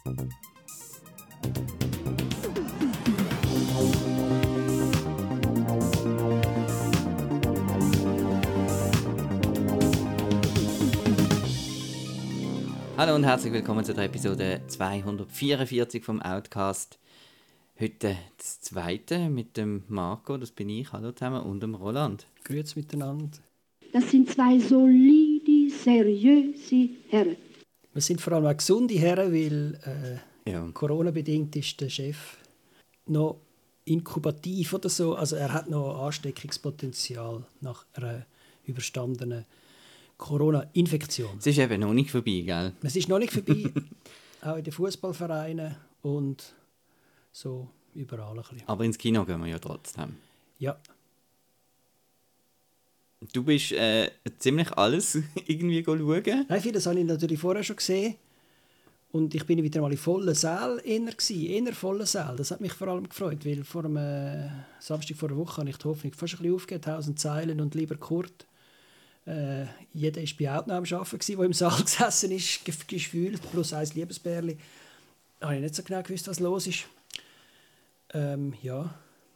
Hallo und herzlich willkommen zu der Episode 244 vom Outcast. Heute das zweite mit dem Marco, das bin ich, hallo zusammen, und dem Roland. Grüezi miteinander. Das sind zwei solide, seriöse Herren. Wir sind vor allem auch gesunde Herren, weil Ja. Corona-bedingt ist der Chef noch inkubativ oder so. Also er hat noch Ansteckungspotenzial nach einer überstandenen Corona-Infektion. Es ist eben noch nicht vorbei, gell? Es ist noch nicht vorbei, auch in den Fußballvereinen und so überall ein bisschen. Aber ins Kino gehen wir ja trotzdem. Ja, Du bist ziemlich alles irgendwie schauen. nein, vieles habe ich natürlich vorher schon gesehen. Und ich bin wieder mal in vollen Saal eher vollen Saal. Das hat mich vor allem gefreut, weil vor dem Samstag vor einer Woche habe ich die Hoffnung fast ein bisschen aufgegeben. 1000 Zeilen und lieber Kurt. Jeder war bei Outnow am Arbeiten, der im Saal gesessen ist, gefühlt, plus ein Liebesbärli. Da habe ich nicht so genau gewusst, was los ist. Ja.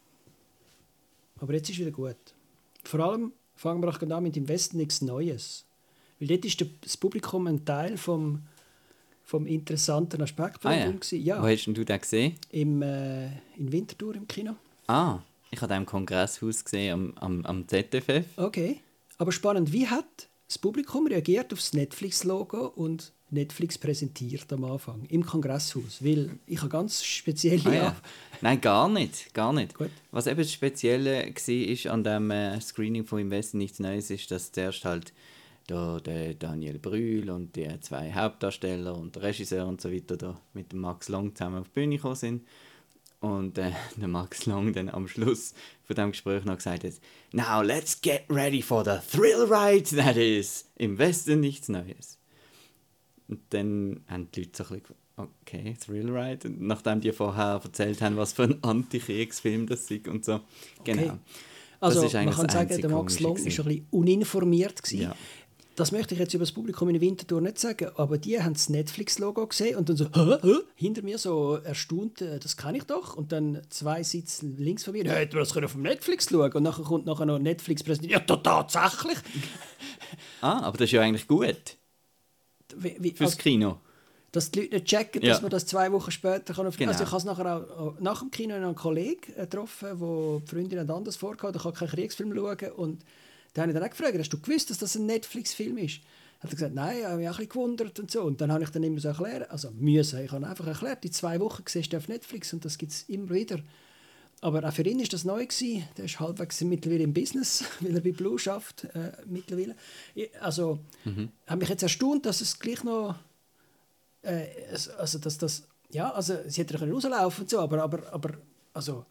Aber jetzt ist wieder gut. Vor allem fangen wir auch an mit dem Westen nichts Neues. Weil dort ist das Publikum ein Teil vom interessanten Aspekt von dem Film. Ja. Wo hast denn du den gesehen? In Winterthur im Kino. Ah, ich habe den im Kongresshaus gesehen, am ZFF. Okay. Aber spannend, wie hat das Publikum reagiert auf das Netflix-Logo und Netflix präsentiert am Anfang im Kongresshaus? Weil ich habe ganz spezielle... Ja. Nein, gar nicht. Gut. Was eben das Spezielle war an dem Screening von «Im Westen nichts Neues» ist, dass zuerst halt der Daniel Brühl und die zwei Hauptdarsteller und der Regisseur und so weiter da mit dem Max Long zusammen auf die Bühne gekommen sind. Und der Max Long dann am Schluss von diesem Gespräch noch gesagt hat, «Now let's get ready for the thrill ride that is «Im Westen nichts Neues». Und dann haben die Leute so ein bisschen okay, Thrill Ride. Und nachdem die vorher erzählt haben, was für ein Antikriegsfilm das ist und so. Genau. Okay. Also Das ist man eigentlich kann das sagen, einzig der Max Komische Long war ein bisschen uninformiert gewesen. Ja. Das möchte ich jetzt über das Publikum in Winterthur nicht sagen, aber die haben das Netflix-Logo gesehen und dann so, hä? Hinter mir so erstaunt, das kann ich doch. Und dann zwei Sitze links von mir, hätten wir das können auf dem Netflix schauen. Und nachher kommt nachher noch Netflix präsentiert. Ja, tatsächlich. Aber das ist ja eigentlich gut fürs Kino. Dass die Leute nicht checken, Ja. dass man das 2 Wochen später kann. Genau. Also ich habe es nachher auch nach dem Kino einen Kollegen getroffen, wo die Freundin anders vorgehabt, ich kann keinen Kriegsfilm schauen. Und da habe ich dann auch gefragt, hast du gewusst, dass das ein Netflix-Film ist? Hat er gesagt, nein, ich habe mich auch ein bisschen gewundert und so. Und dann habe ich dann immer so erklärt, ich habe einfach erklärt, die 2 Wochen siehst du auf Netflix und das gibt es immer wieder. Aber auch für ihn war das neu gewesen. Der ist halbwegs mittlerweile im Business, weil er bei Blue schafft mittlerweile. Also habe mich jetzt erstaunt, dass es gleich noch also dass das ja, also sie hätte rauslaufen und so, aber also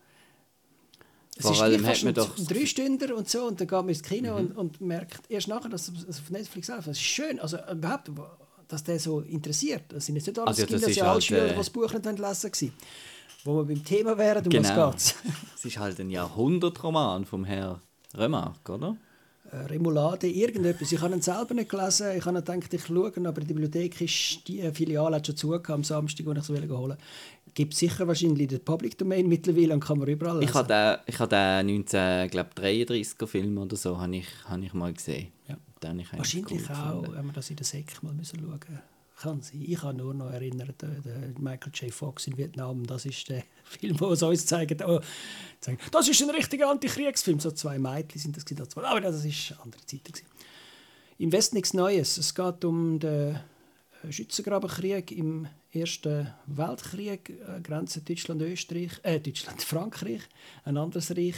es Vor ist allem fast hat man doch ein 3-Stünder und so und dann geht man ins Kino und merkt erst nachher, dass es auf Netflix läuft. Das ist schön, also überhaupt, dass der so interessiert. Das sind jetzt nicht alles Gymnasialschüler, die das Buch nicht lesen wollen. Wo wir beim Thema wären, um was geht's? Es ist halt ein Jahrhundertroman vom Herrn Remarque, oder? Remoulade, irgendetwas. Ich habe ihn selber nicht gelesen. Ich habe gedacht, ich schaue, aber die Bibliothek ist, die Filiale hat schon zugehört am Samstag, als ich es holen wollte. Gibt sicher wahrscheinlich in der Public Domain mittlerweile und kann man überall lesen. Ich habe den 1933er Film oder so habe ich mal gesehen. Ja. Den ich wahrscheinlich cool auch, gefunden. wenn wir das in der Sek mal müssen schauen müssen. Kann sein. Ich kann nur noch erinnern, der Michael J. Fox in Vietnam, das ist der Film, der uns zeigt, das ist ein richtiger Antikriegsfilm. So 2 Mädchen sind das gewesen, aber das war eine andere Zeit gewesen. Im Westen nichts Neues. Es geht um den Schützengrabenkrieg im Ersten Weltkrieg, Grenze Deutschland-Frankreich, ein anderes Reich,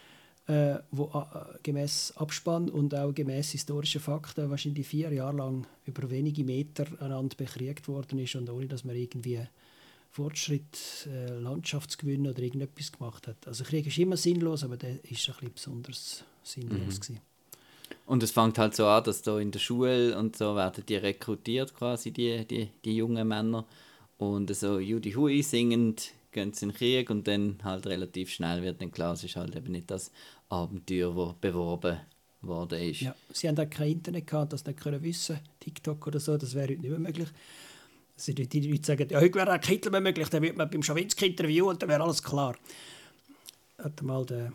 wo gemäß Abspann und auch gemäß historischen Fakten wahrscheinlich 4 Jahre lang über wenige Meter einander bekriegt worden ist und ohne, dass man irgendwie Fortschritt, Landschaftsgewinn oder irgendetwas gemacht hat. Also Krieg ist immer sinnlos, aber der ist ein bisschen besonders sinnlos gewesen. Und es fängt halt so an, dass da in der Schule und so werden die rekrutiert, quasi die jungen Männer. Und so Judy Hui singend gehen sie in den Krieg und dann halt relativ schnell wird dann klar, es ist halt eben nicht das Abenteuer, das beworben worden ist. Ja, sie haben auch kein Internet gehabt, das nicht können wissen, TikTok oder so, das wäre heute nicht mehr möglich. Die Leute sagen, ja, heute wäre ein Hitler mehr möglich, dann wird man beim Schawinski-Interview und dann wäre alles klar. Hat mal der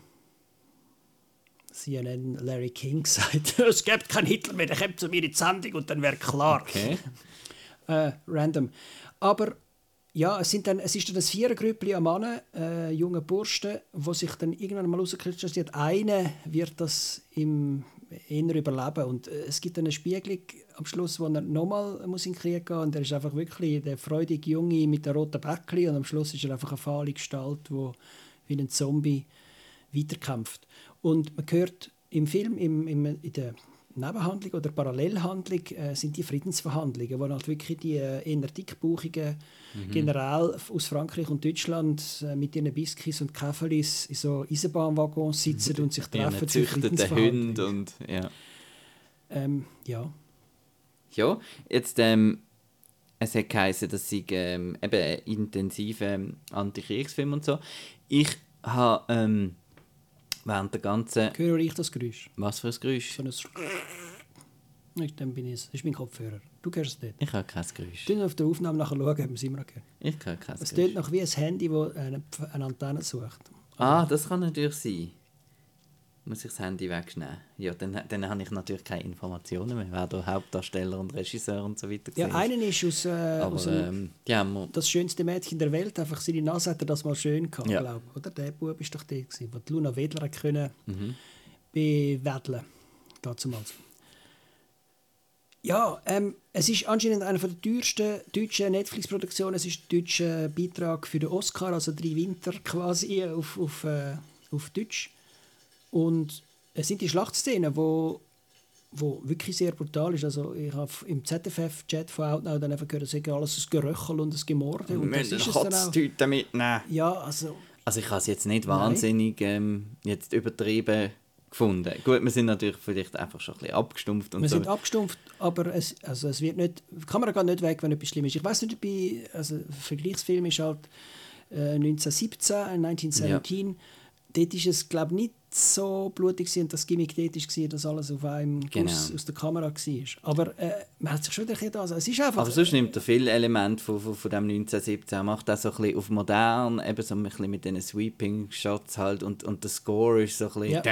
CNN Larry King gesagt, es gibt keinen Hitler mehr, der kommt zu mir in die Sendung und dann wäre klar. Okay. Random. Aber ja, es ist dann ein Vierergrüppli an Männern, junge Burschen, die sich dann irgendwann mal rauskristallisiert, einer wird das im Inneren überleben. Und es gibt dann eine Spiegelung am Schluss, wo er nochmal in den Krieg gehen muss. Und er ist einfach wirklich der freudige Junge mit der roten Bäckli. Und am Schluss ist er einfach eine fahle Gestalt, die wie ein Zombie weiterkämpft. Und man hört im Film, in der Nebenhandlung oder Parallelhandlung sind die Friedensverhandlungen, wo halt wirklich die eher dickbauchigen Generäle aus Frankreich und Deutschland mit ihren Biskis und Käferlis in so Eisenbahnwaggons sitzen und sich treffen zu Friedensverhandlungen. Hunde und ja. Ja. Ja, jetzt es hat geheißen, dass sie eben intensive Antikriegsfilme und so. Ich habe während der ganzen... Höre ich das Geräusch? Was für ein Geräusch? So ein... Dann bin ich es. Das ist mein Kopfhörer. Du hörst es nicht. Ich habe kein Geräusch. Du auf der Aufnahme nachher schauen, ob wir es immer noch hören. Ich habe kein Es Geräusch. tönt noch wie ein Handy, das eine Antenne sucht. Das kann natürlich sein. Muss ich das Handy wegnehmen? Ja, dann habe ich natürlich keine Informationen mehr, wer da Hauptdarsteller und Regisseur und so weiter Ja, ist. einen ist aus das schönste Mädchen der Welt, einfach seine Nase hat er das mal schön gehabt, Ja. glaube ich. Oder? Der Bub war doch der, den Luna Wedler können beweddeln damals. Ja, es ist anscheinend eine der teuersten deutschen Netflix-Produktionen. Es ist der deutsche Beitrag für den Oscar, also 3 Winter quasi auf Deutsch. Und es sind die Schlachtszenen, wo wirklich sehr brutal ist. Also ich habe im ZFF-Chat von Outnow dann einfach gehört, es sei alles ein Geröchel und ein Gemorde. Und das ist es dann auch. Kotztüte mitnehmen. Ja, also Ich habe es jetzt nicht wahnsinnig jetzt übertrieben gefunden. Gut, wir sind natürlich vielleicht einfach schon ein bisschen abgestumpft. Und wir so. sind abgestumpft, aber es wird nicht, die Kamera geht nicht weg, wenn etwas schlimm ist. Ich weiß nicht, der Vergleichsfilm ist halt 1917. Dort ist es, glaube ich, nicht so blutig gewesen, und das Gimmick dort war, dass alles auf einem Guss aus der Kamera war. Aber man hat sich schon gedacht, also, es ist einfach... Aber sonst nimmt er viele Elemente von dem 1917, macht das so ein bisschen auf modern, eben so ein bisschen mit diesen Sweeping-Shots halt, und der Score ist so ein bisschen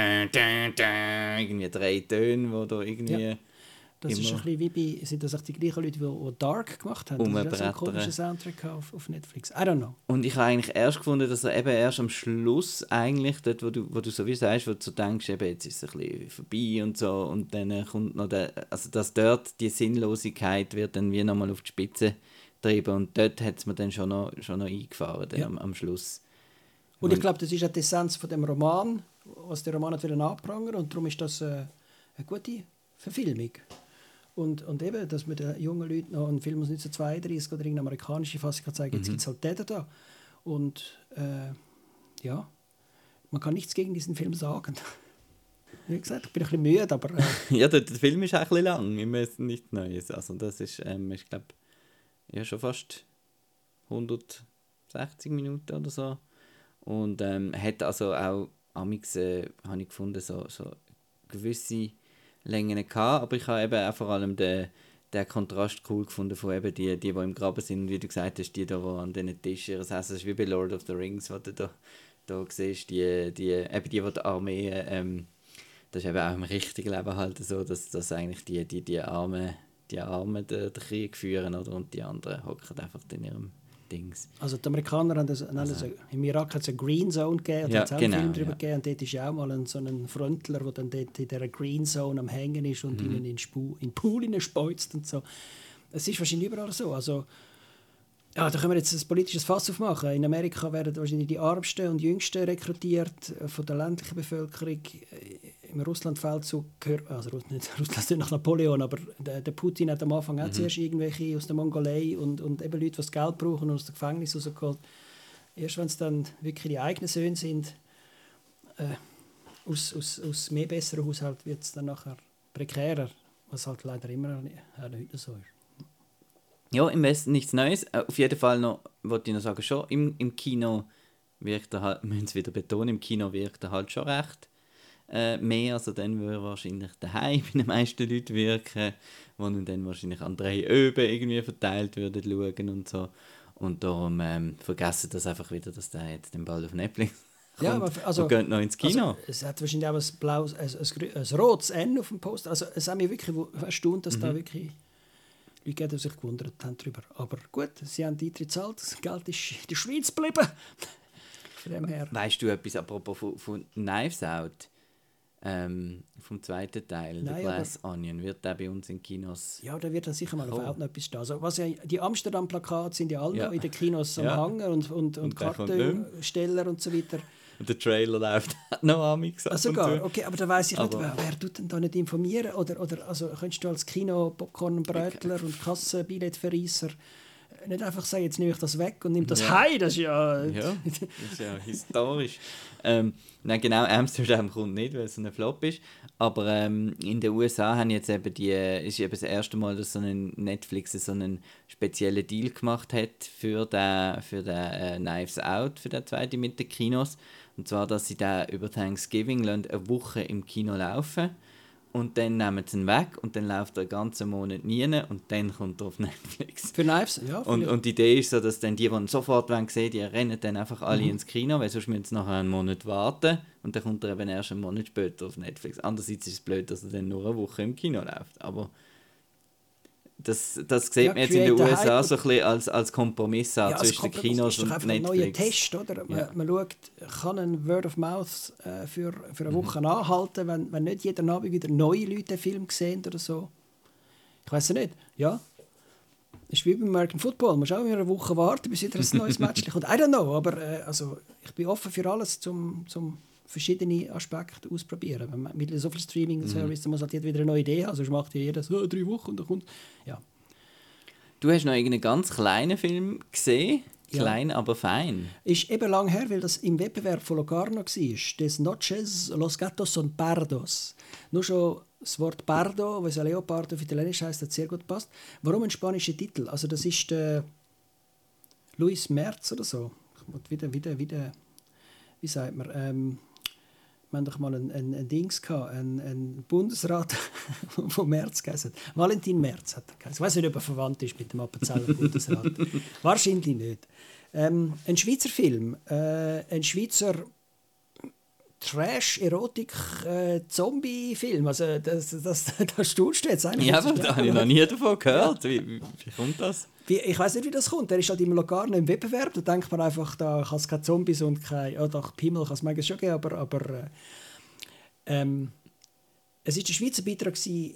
irgendwie 3 Töne, wo da irgendwie... Ja. Das ist ein bisschen wie bei... Sind das auch die gleichen Leute, die Dark gemacht haben? Das ist auch so ein komischer Soundtrack auf Netflix. I don't know. Und ich habe eigentlich erst gefunden, dass er eben erst am Schluss eigentlich, dort wo du so wie sagst, wo du denkst, eben, jetzt ist es ein bisschen vorbei und so, und dann kommt noch dass dort die Sinnlosigkeit wird dann wie nochmal auf die Spitze getrieben, und dort hat es mir dann schon noch eingefahren, dann am Schluss. Und ich glaube, das ist auch die Essenz von dem Roman, was der Roman hat anprangern, und darum ist das eine gute Verfilmung. Und eben, dass man den jungen Leuten noch einen Film aus 1932 oder irgendeine amerikanische Fassung kann zeigen, jetzt gibt es halt den da. Und ja, man kann nichts gegen diesen Film sagen. Wie gesagt, ich bin ein bisschen müde, aber... Ja, der Film ist auch ein bisschen lang, wir müssen nichts Neues. Also das ist, ich glaube, ja, schon fast 160 Minuten oder so. Und hat also auch amix, habe ich gefunden, so gewisse Längen gehabt, aber ich habe eben auch vor allem den Kontrast cool gefunden von eben die im Graben sind, wie du gesagt hast, die an diesen Tischen ihr Essen, das ist wie bei Lord of the Rings, was du da siehst, die die Armee, das ist eben auch im richtigen Leben halt so, dass eigentlich die Armen den Krieg führen, oder, und die anderen hocken einfach in ihrem Dings. Also die Amerikaner haben im Irak hat es eine Green Zone gegeben, und hat es auch einen Film darüber gegeben, und dort ist ja auch mal so ein Frontler, der dann dort in dieser Green Zone am Hängen ist und ihnen in den Pool hineinspeuzt und so. Es ist wahrscheinlich überall so. Also, ja, da können wir jetzt ein politisches Fass aufmachen. In Amerika werden wahrscheinlich die Armsten und Jüngsten rekrutiert von der ländlichen Bevölkerung. Im Russlandfeldzug, also Russland nach Napoleon, aber der Putin hat am Anfang auch zuerst irgendwelche aus der Mongolei und eben Leute, die das Geld brauchen und aus dem Gefängnis rausgeholt. Erst wenn es dann wirklich die eigenen Söhne sind, aus mehr besseren Haushalten wird es dann nachher prekärer, was halt leider immer heute so ist. Ja, im Westen nichts Neues. Auf jeden Fall noch, wollte ich noch sagen, schon im Kino wirkt er halt, wir müssen es wieder betonen, im Kino wirkt er halt schon recht mehr. Also dann würde wahrscheinlich daheim bei den meisten Leuten wirken, die dann wahrscheinlich an 3 Öben irgendwie verteilt würden schauen und so. Und darum vergessen das einfach wieder, dass der jetzt den Ball auf Netflix kommt, Ja, aber also, und geht noch ins Kino. Also, es hat wahrscheinlich auch ein blaues, ein rotes N auf dem Poster. Also es hat mich wirklich erstaunt, dass da wirklich Leute gibt, die sich gewundert haben darüber. Aber gut, sie haben die Eintritt gezahlt, das Geld ist in der Schweiz geblieben. Von dem her. Weißt du etwas apropos von Knives Out? Vom zweiten Teil, Nein, The Glass Onion, wird der bei uns in Kinos... Ja, da wird dann sicher mal auf Out noch etwas stehen. Also, was ja, die Amsterdam-Plakate sind ja alle noch in den Kinos am Hangen und Kartensteller und so weiter. Und der Trailer läuft noch amix ab sogar, okay, aber da weiss ich nicht, wer tut denn da nicht informieren? Oder also, könntest du als Kino Popcorn-Brötler und Kassenbilletverreisser nicht einfach sagen, jetzt nehme ich das weg und nehme das heim, das ist ja... Ja, das ist ja historisch. Nein, genau, Amsterdam kommt nicht, weil es ein Flop ist. Aber in den USA haben jetzt eben ist eben das erste Mal, dass so ein Netflix so einen speziellen Deal gemacht hat für den Knives Out, für den zweiten mit den Kinos. Und zwar, dass sie den über Thanksgiving eine Woche im Kino laufen. Und dann nehmen sie ihn weg und dann läuft er einen ganzen Monat nie und dann kommt er auf Netflix. Für Knives, ja. Und die Idee ist so, dass dann die ihn sofort sehen wollen, die rennen dann einfach alle ins Kino, weil sonst müssen sie nachher einen Monat warten und dann kommt er eben erst einen Monat später auf Netflix. Andererseits ist es blöd, dass er dann nur eine Woche im Kino läuft, aber das sieht man jetzt in den USA so ein bisschen als Kompromiss an zwischen den Kinos und Netflix. Das ist doch einfach ein neuer Test, oder? Ja. Man schaut, kann ein Word of Mouth für eine Woche anhalten, wenn nicht jeden Abend wieder neue Leute den Film sehen oder so. Ich weiß es nicht. Ja. Das ist wie beim American Football. Man muss auch immer eine Woche warten, bis wieder ein neues Match kommt. I don't know, aber also, ich bin offen für alles, zum verschiedene Aspekte ausprobieren. Wenn man mit so viel Streaming-Service muss halt jeder wieder eine neue Idee haben, sonst macht ja jeder so 3 Wochen und dann kommt... Ja. Du hast noch irgendeinen ganz kleinen Film gesehen? Klein, aber fein. Ist eben lang her, weil das im Wettbewerb von Locarno war. Des Noches, Los Gatos son Pardos. Nur schon das Wort Pardo, was ja Leopardo auf Italienisch heisst, hat sehr gut gepasst. Warum ein spanischer Titel? Also das ist der Luis Merz oder so. Wieder, wie sagt man? Wir hatten doch mal ein Dings gehabt, ein Bundesrat von Merz geheißen. Valentin Merz hat er geheißen. Ich weiß nicht, ob er verwandt ist mit dem Appenzeller Bundesrat. Wahrscheinlich nicht. Ein Schweizer Film, ein Schweizer Trash-Erotik-Zombie-Film. Also das staunst du jetzt eigentlich. Ja, aber da habe ich noch nie davon gehört. Ja. Wie kommt das? Ich weiß nicht, wie das kommt. Er ist halt im Locarno im Wettbewerb. Da denkt man einfach, da kann es keine Zombies und keine... Ja, doch, Pimmel kann es manchmal schon geben, aber es war der Schweizer Beitrag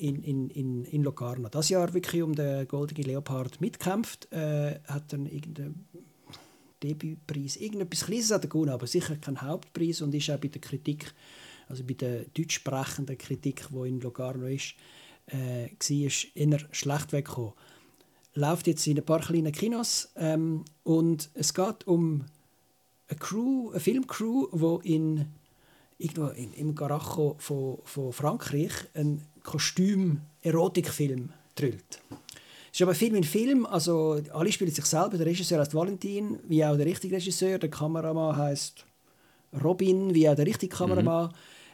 in Locarno. Das Jahr wirklich um den Goldenen Leopard mitgekämpft. Hat dann irgendeinen Debütpreis, irgendetwas Kleines hat er gewonnen, aber sicher kein Hauptpreis und ist auch bei der Kritik, also bei der deutsch sprechenden Kritik, die in Locarno ist, war eher schlecht weggekommen. Läuft jetzt in ein paar kleinen Kinos und es geht um eine Filmcrew, die irgendwo im Garacho von Frankreich einen Kostüm-Erotikfilm drüllt. Es ist aber Film in Film, also alle spielen sich selber. Der Regisseur heißt Valentin, wie auch der richtige Regisseur. Der Kameramann heißt Robin, wie auch der richtige Kameramann.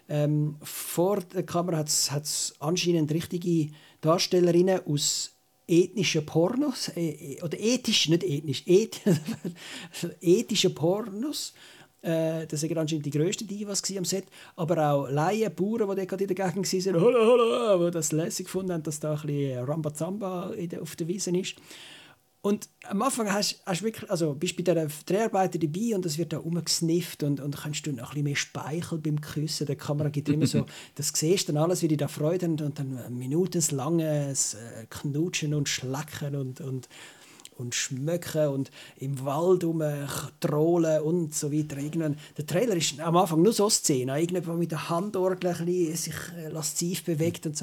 Vor der Kamera hat es anscheinend richtige Darstellerinnen aus ethnischen Pornos, oder ethisch, nicht ethnisch, ethische Pornos. Das waren anscheinend die grössten Divas am Set. Aber auch Laien, Bauern, die gerade in der Gegend waren, die das lässig gefunden haben, dass da ein bisschen Rambazamba auf der Wiese ist. Und am Anfang hast du wirklich, also bist du bei dieser Dreharbeiten dabei und es wird da rumgesnifft und kannst du noch ein bisschen mehr Speichel beim Küssen. Der Kamera gibt immer so, das siehst dann alles, wie die da Freude haben und dann minutenlanges Knutschen und Schlecken und Schmöcken und im Wald trollen und so weiter. Irgendwann, der Trailer ist am Anfang nur so Szenen, irgendjemand mit der Handorgel sich lasziv bewegt und so.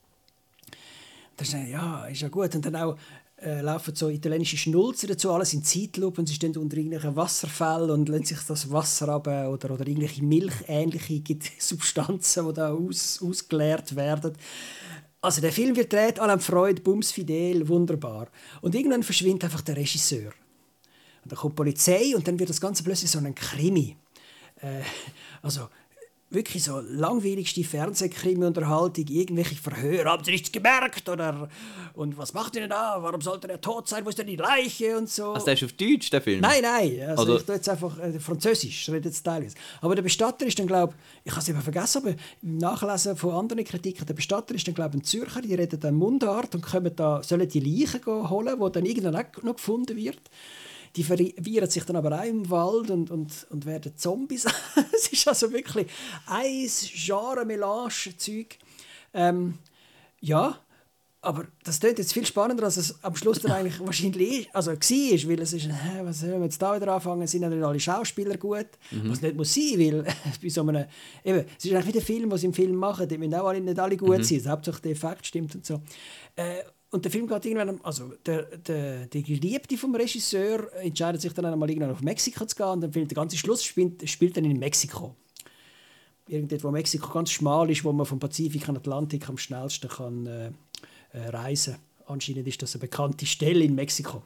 Das ist ja gut. Und dann auch laufen so italienische Schnulzer dazu, alles in Zeitlupe und sie stehen unter irgendwelchen Wasserfällen und lassen sich das Wasser runter oder irgendwelche milchähnliche Substanzen, die da ausgeleert werden. Also der Film wird gedreht, alle haben Freude, bums fidel, wunderbar. Und irgendwann verschwindet einfach der Regisseur. Und dann kommt die Polizei und dann wird das Ganze plötzlich so ein Krimi. Also wirklich so langweiligste Fernsehkrimi-Unterhaltung, irgendwelche Verhöre, haben Sie nichts gemerkt? Oder, und was macht ihr denn da? Warum sollte er tot sein? Wo ist denn die Leiche? Und so. Also der ist auf Deutsch, der Film? Nein. Also Oder? ich tue jetzt einfach Französisch, rede jetzt teilweise. Aber der Bestatter ist dann, glaube ich habe es eben vergessen, aber im Nachlesen von anderen Kritiken, der Bestatter ist dann, glaube ich, ein Zürcher, die reden dann Mundart und sollen die Leichen holen, die dann irgendwann auch noch gefunden wird. Die verirren sich dann aber auch im Wald und werden Zombies. Es ist also wirklich ein Genre-Melange-Zeug. Ja, aber das klingt jetzt viel spannender, als es am Schluss dann eigentlich wahrscheinlich war, weil es ist, was sollen wir jetzt da wieder anfangen, sind ja nicht alle Schauspieler gut, was nicht muss sein, weil bei so einem, eben, es ist eigentlich wie der Film, was sie im Film machen, die müssen auch nicht alle gut sein, hauptsächlich der Effekt stimmt und so. Und der Film geht irgendwann, also die Geliebte vom Regisseur entscheidet sich dann einmal irgendwann auf Mexiko zu gehen und dann der ganze Schluss spielt dann in Mexiko. Irgendwo, wo Mexiko ganz schmal ist, wo man vom Pazifik an Atlantik am schnellsten kann reisen. Anscheinend ist das eine bekannte Stelle in Mexiko.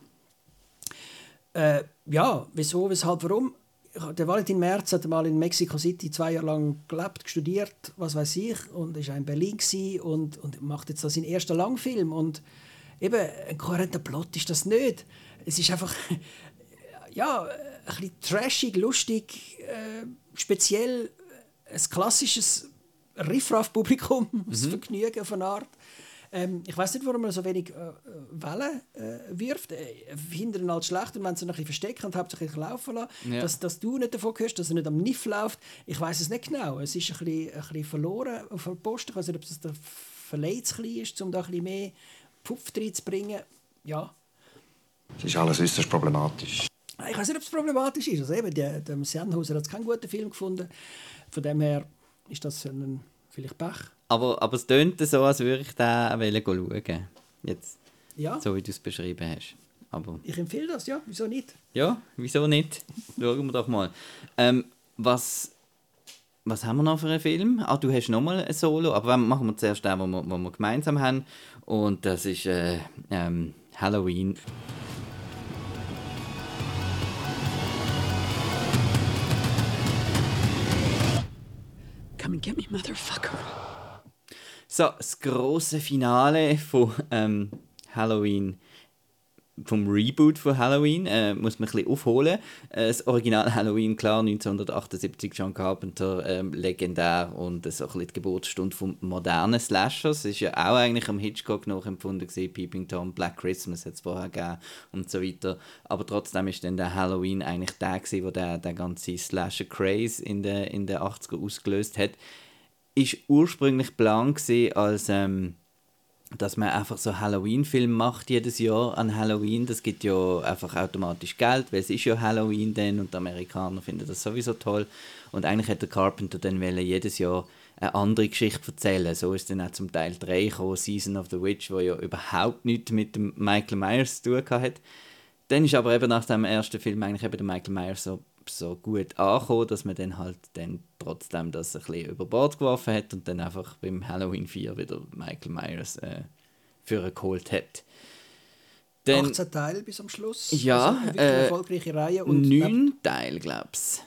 Ja, wieso, weshalb, warum? Der Valentin Merz hat mal in Mexico City 2 Jahre lang gelebt, studiert, was weiß ich, und ist auch in Berlin und macht jetzt da seinen ersten Langfilm. Und eben, ein kohärenter Plot ist das nicht. Es ist einfach ja, ein bisschen trashig, lustig, speziell ein klassisches Riffraff-Publikum, das Vergnügen von Art. Ich weiß nicht, warum er so wenig Wellen wirft. Hindern ihn halt schlecht und wenn sie ihn ein bisschen verstecken und hauptsächlich laufen lassen, ja. Dass du nicht davon hörst, dass er nicht am Niff läuft. Ich weiß es nicht genau. Es ist ein bisschen verloren auf der Post. Ich weiß nicht, ob es der Verleih zu klein ist, um da ein bisschen mehr Pfupf reinzubringen. Ja. Es ist alles äußerst problematisch. Ich weiß nicht, ob es problematisch ist. Also eben, der Sennhauser hat keinen guten Film gefunden. Von dem her ist das vielleicht Pech. Aber es tönt so, als würde ich den schauen. Jetzt, ja. So wie du es beschrieben hast. Aber ich empfehle das, ja. Wieso nicht? Ja, wieso nicht? Schauen wir doch mal. Was haben wir noch für einen Film? Du hast noch mal ein Solo, aber machen wir zuerst den, wo wir gemeinsam haben. Und das ist Halloween. Come and get me, motherfucker. So, das grosse Finale von Halloween, vom Reboot von Halloween, muss man ein bisschen aufholen. Das Original Halloween, klar, 1978, John Carpenter, legendär und so ein bisschen die Geburtsstunde vom modernen Slashers. Es war ja auch eigentlich am Hitchcock nachempfunden gewesen, Peeping Tom, Black Christmas hat es vorher gegeben und so weiter. Aber trotzdem ist dann der Halloween eigentlich der gewesen, der ganze Slasher-Craze in den 80er ausgelöst hat. Ist ursprünglich Plan gewesen, als dass man einfach so Halloween-Film macht jedes Jahr an Halloween. Das gibt ja einfach automatisch Geld, weil es ist ja Halloween dann und die Amerikaner finden das sowieso toll. Und eigentlich hat der Carpenter dann jedes Jahr eine andere Geschichte erzählen. So ist dann auch zum Teil 3 gekommen, Season of the Witch, wo ja überhaupt nichts mit dem Michael Myers zu tun hat. Dann ist aber eben nach dem ersten Film eigentlich eben der Michael Myers so gut angekommen, dass man dann halt dann trotzdem das ein bisschen über Bord geworfen hat und dann einfach beim Halloween 4 wieder Michael Myers geholt hat. Dann, 18 Teile bis am Schluss. Ja, also eine erfolgreiche Reihe. Und 9 Teile, glaube ich.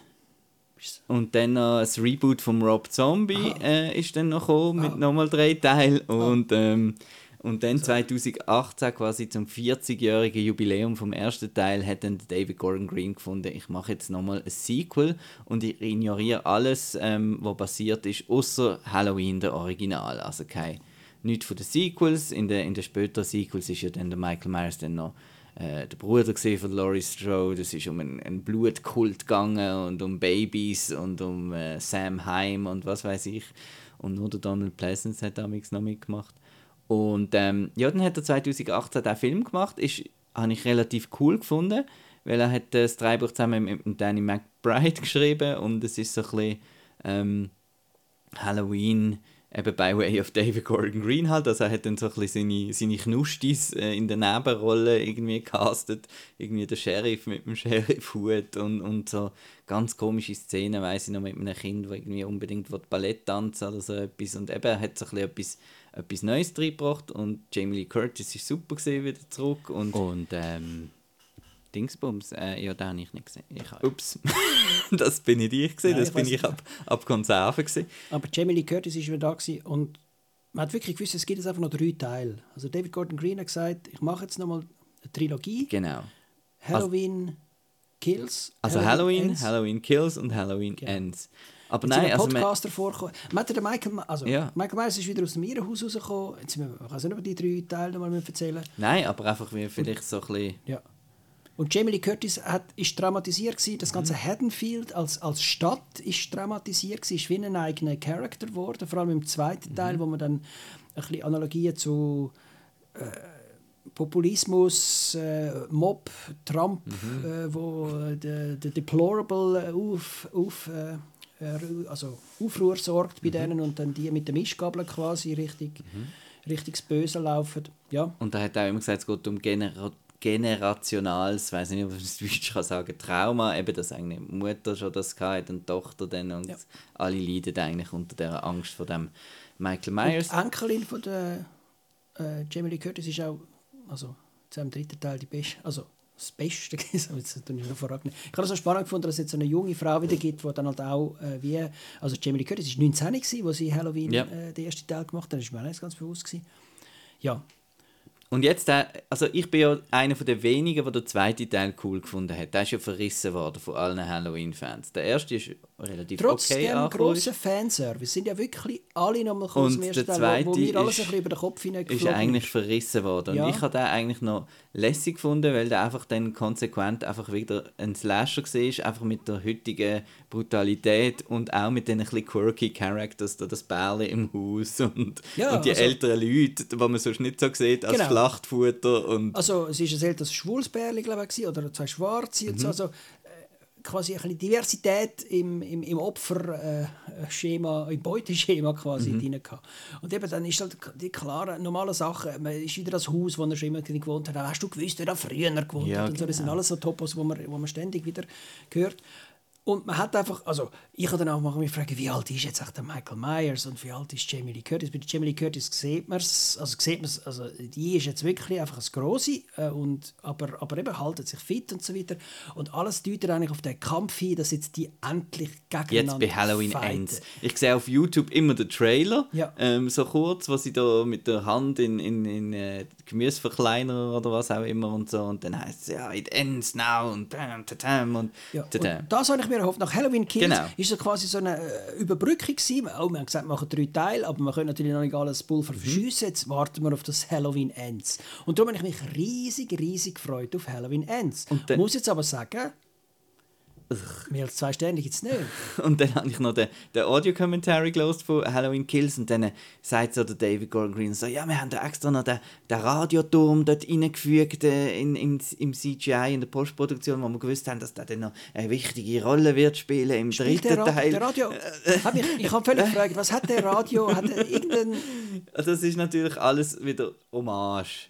Und dann noch ein Reboot von Rob Zombie ist dann noch gekommen, mit nochmal 3 Teilen. Und dann 2018, quasi zum 40-jährigen Jubiläum vom ersten Teil, hat dann David Gordon Green gefunden, ich mache jetzt nochmal ein Sequel und ich ignoriere alles, was passiert ist, außer Halloween, der Original. Also nichts von den Sequels. In den späteren Sequels ist ja dann der Michael Myers dann noch der Bruder von Laurie Strode. Es ist um einen Blutkult gegangen und um Babys und um Sam Haim und was weiß ich. Und nur der Donald Pleasence hat damals noch mitgemacht. Und dann hat er 2018 diesen Film gemacht. Habe ich relativ cool gefunden, weil er hat das Drehbuch zusammen mit Danny McBride geschrieben und es ist so ein bisschen Halloween eben by way of David Gordon Green halt. Also er hat dann so ein bisschen seine Knustis in der Nebenrolle irgendwie gecastet. Irgendwie der Sheriff mit dem Sheriff-Hut und so ganz komische Szenen, weiss ich noch, mit einem Kind, das irgendwie unbedingt Ballett tanzen oder so etwas. Und eben, er hat so ein bisschen etwas Neues reingebracht und Jamie Lee Curtis war super wieder zurück. Und Dingsbums, ja, den habe ich nicht gesehen. Ups, das bin nicht ich gesehen, das bin ich ab Konserven gesehen. Aber Jamie Lee Curtis war wieder da gewesen und man hat wirklich gewusst, es gibt jetzt einfach noch 3 Teile. Also David Gordon Green hat gesagt, ich mache jetzt nochmal eine Trilogie. Genau. Halloween Kills. Also Halloween Kills und Halloween Ends. Aber jetzt nein, also Podcaster vorkommen. Michael Myers ist wieder aus dem Irrenhaus rausgekommen. Jetzt müssen wir, ich weiß nicht, ob die 3 Teile nochmal erzählen. Nein, aber einfach wie vielleicht so ein bisschen... Ja. Und Jamie Lee Curtis war traumatisiert gewesen. Das ganze Haddonfield als Stadt ist traumatisiert gewesen. Ist wie ein eigener Charakter geworden. Vor allem im zweiten Teil, wo man dann ein bisschen Analogien zu Populismus, Mob, Trump, wo der Deplorable Aufruhr sorgt bei denen und dann die mit der Mischgabel quasi richtig das Böse laufen. Ja. Und er hat auch immer gesagt, es geht um generationales, ich weiß nicht, ob man das Deutsch kann sagen, Trauma, eben, dass eigentlich die Mutter schon das hatte und die Tochter dann und alle leiden eigentlich unter dieser Angst vor dem Michael Myers. Und die Enkelin von der Jamie Lee Curtis ist auch, also im 3. Teil die beste, also das Beste gewesen. Jetzt tue ich noch vorangehen. Ich habe es so spannend gefunden, dass es jetzt so eine junge Frau wieder gibt, die dann halt auch also Jamie Lee Curtis war 19 gewesen, als sie Halloween den ersten Teil gemacht hat, das war mir nicht ganz bewusst gewesen. Ja. Und jetzt, also ich bin ja einer der wenigen, der den zweiten Teil cool gefunden hat. Der ist ja verrissen worden von allen Halloween-Fans. Der erste ist relativ trotz okay dem grossen Fanservice sind ja wirklich alle nochmal gekommen zum ersten Teil, wo mir alles ein bisschen über den Kopf hineingeflogen ist eigentlich verrissen worden. Und ich habe den eigentlich noch lässig gefunden, weil der einfach dann konsequent einfach wieder ein Slasher war, einfach mit der heutigen Brutalität und auch mit den ein bisschen quirky Characters, da das Bärli im Haus und die älteren Leute, die man sonst nicht so sieht, als Schlachtfutter. Und also es ist ein älteres schwules Bärli, glaube ich, oder 2 Schwarze und so. Also, quasi eine Diversität im Opferschema, im Beuteschema quasi drin gehabt. Und eben dann ist halt die klaren, normalen Sachen, man ist wieder das Haus, wo er schon immer gewohnt hat. Hast du gewusst, wer da früher gewohnt hat? Und so, das sind alles so Topos, wo man ständig wieder hört. Und man hat einfach, also ich habe dann auch mich gefragt, wie alt ist jetzt echt der Michael Myers und wie alt ist Jamie Lee Curtis? Bei Jamie Lee Curtis sieht man es, also die ist jetzt wirklich einfach ein Grosse, aber eben haltet sich fit und so weiter. Und alles deutet eigentlich auf den Kampf hin, dass jetzt die endlich gegeneinander jetzt bei Halloween fighten. Ends. Ich sehe auf YouTube immer den Trailer, so kurz, wo sie da mit der Hand in Gemüseverkleinerer oder was auch immer und so. Und dann heisst es, ja, it ends now und bam, tatam und tatam. Und das habe ich mir erhofft. Nach Halloween Kills Genau. ist es quasi so eine Überbrückung gewesen. Oh, wir haben gesagt, wir machen 3 Teile, aber wir können natürlich noch nicht alles Pulver verschiessen. Jetzt warten wir auf das Halloween Ends. Und darum habe ich mich riesig gefreut auf Halloween Ends. Ich muss jetzt aber sagen, mehr als 2 Sterne gibt es nicht. Und dann habe ich noch den Audio-Commentary gelesen von Halloween Kills und dann sagt so der David Gordon Green so, ja, wir haben da extra noch den Radioturm dort reingefügt im CGI, in der Postproduktion, wo wir gewusst haben, dass der dann noch eine wichtige Rolle wird spielen im Spielt 3. Teil. Der Radio, ich habe völlig gefragt, was hat der Radio, hat er irgendeinen... Also das ist natürlich alles wieder Hommage.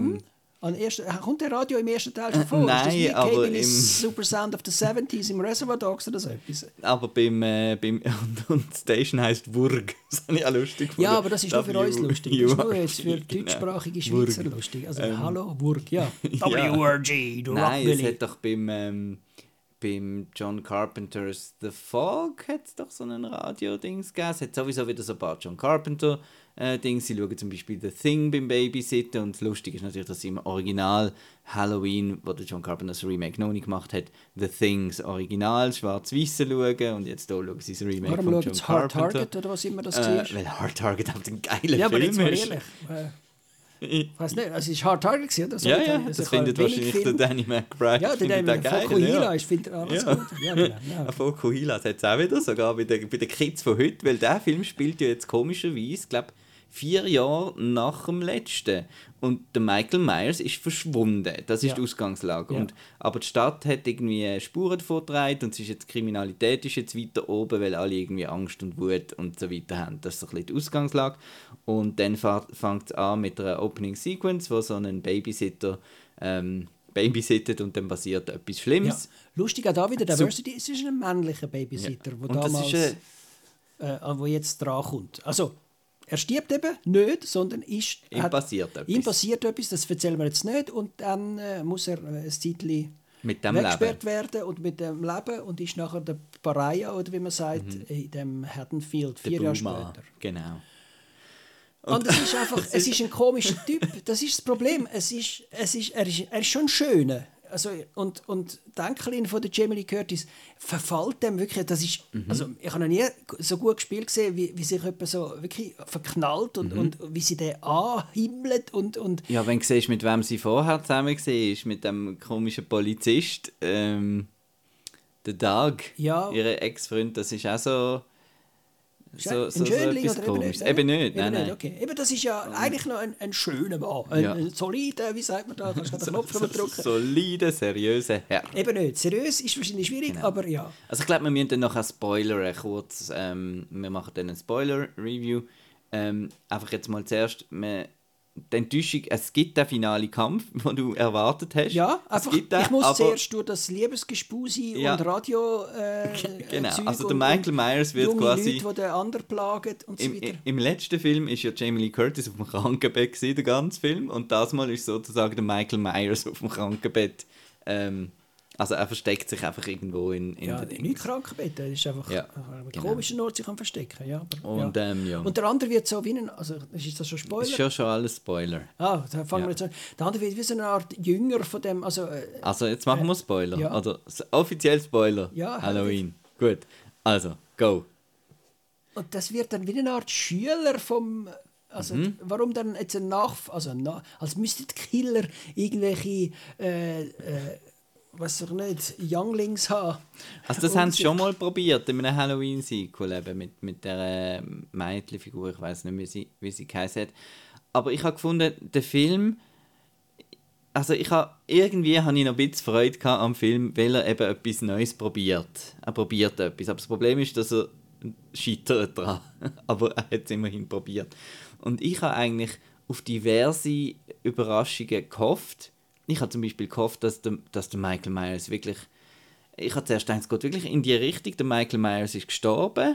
Kommt der Radio im ersten Teil schon vor? Nein, ist das aber im Super Sound of the 70s im Reservoir Dogs oder so etwas? Aber beim und die Station heisst Wurg. Das habe ich auch lustig gefunden. Ja, aber das ist nur für uns lustig. Das ist nur jetzt für deutschsprachige Schweizer lustig. Also hallo, Wurg, ja. WRG, du Nein, Rockbilly. es hat doch beim John Carpenter's The Fog hat's doch so ein Radio-Dings gegeben. Es hat sowieso wieder so ein paar John Carpenter-Dings. Sie schauen zum Beispiel The Thing beim Babysitten. Und lustig ist natürlich, dass sie im Original Halloween, wo der John Carpenter das Remake noch nicht gemacht hat, The Things Original schwarz-weiß schauen. Und jetzt hier schauen sie das Remake Warum von John schauen Hard Carpenter. Target oder was immer das war? Weil Hard Target auch ein geiler Ja, aber Film jetzt mal ist. ehrlich. Ich weiß nicht, es war Hard Target, oder? So, Ja, das findet wahrscheinlich der Danny McBride. Ja, der geil. Fokuhila, ich finde alles gut. Ja, genau. Ja. Fokuhila hat es auch wieder, sogar bei den Kids von heute, weil der Film spielt ja jetzt komischerweise, glaube 4 Jahre nach dem letzten. Und der Michael Myers ist verschwunden. Das ist die Ausgangslage. Ja. Aber die Stadt hat irgendwie Spuren davongetragen und die Kriminalität ist jetzt weiter oben, weil alle irgendwie Angst und Wut und so weiter haben. Das ist so ein bisschen die Ausgangslage. Und dann fängt es an mit einer Opening Sequence, wo so ein Babysitter babysittet und dann passiert etwas Schlimmes. Ja. Lustig auch da wieder, Diversity, es ist ein männlicher Babysitter, der damals, wo jetzt dran kommt. Also, er stirbt eben nicht, sondern ihm passiert etwas. Ihm passiert etwas, das erzählen wir jetzt nicht. Und dann muss er ein Zeitchen Mit dem weggesperrt werden und mit dem Leben und ist nachher der Pariah, oder wie man sagt, in dem Haddonfield, 4 Jahre später. Genau. Und es ist einfach, es ist ein komischer Typ, das ist das Problem. Er ist schon ein schöner. Also, und die Enkelin von der Jamie Lee Curtis verfällt dem wirklich, das ist, also ich habe noch nie so gut gespielt gesehen, wie sich jemand so wirklich verknallt und wie sie den anhimmelt und Ja, wenn du siehst, mit wem sie vorher zusammen war, mit dem komischen Polizist, der Doug, Ja. ihre Ex-Freund, das ist auch so ein Schönling etwas oder komisches. eben nicht? Nein. Okay. Eben, das ist ja eigentlich noch ein schöner Mann. Ein solider, wie sagt man da? Kannst du den Knopf drücken? Solide, seriöse Herr. Eben nicht. Seriös ist wahrscheinlich schwierig, aber ja. Also ich glaube, wir müssen dann noch einen Spoiler kurz, wir machen dann einen Spoiler-Review. Einfach jetzt mal zuerst, die Enttäuschung, es gibt den finalen Kampf, den du erwartet hast. Ja, einfach, ich muss aber zuerst durch das Liebesgespusi Ja. und Radio genau, Zeug also der und Michael Myers wird junge quasi... Leute, die den anderen plagen und so weiter. Im letzten Film war ja Jamie Lee Curtis auf dem Krankenbett gewesen, der ganze Film, und das Mal ist sozusagen der Michael Myers auf dem Krankenbett. Also er versteckt sich einfach irgendwo in Ja, den nicht Krankenbett, das ist einfach Ja, ein genau. komischer Ort, sich verstecken. Ja, aber, Und, ja. Und der andere wird so wie ein, also ist das schon Spoiler? Ist schon alles Spoiler. Da fangen Ja. wir jetzt an. Der andere wird wie so eine Art Jünger von dem, also Also jetzt machen wir Spoiler. ja. Oder offiziell Spoiler. Ja, Halloween. Gut. Also, go. und das wird dann wie eine Art Schüler vom, also warum dann jetzt als müssten die Killer irgendwelche was auch nicht, Younglings haben. Also das Und haben sie schon mal probiert in einem Halloween-Sequel eben mit der Mädchenfigur, ich weiß nicht, wie sie geheißen hat. Aber ich habe gefunden, der Film, also irgendwie habe ich noch ein bisschen Freude gehabt am Film, weil er eben etwas Neues probiert. Er probiert etwas, aber das Problem ist, dass er scheitert dran. Aber er hat es immerhin probiert. Und ich habe eigentlich auf diverse Überraschungen gehofft. Ich habe zum Beispiel gehofft, dass der Michael Myers wirklich... Ich habe zuerst gedacht, es geht wirklich in die Richtung. Der Michael Myers ist gestorben.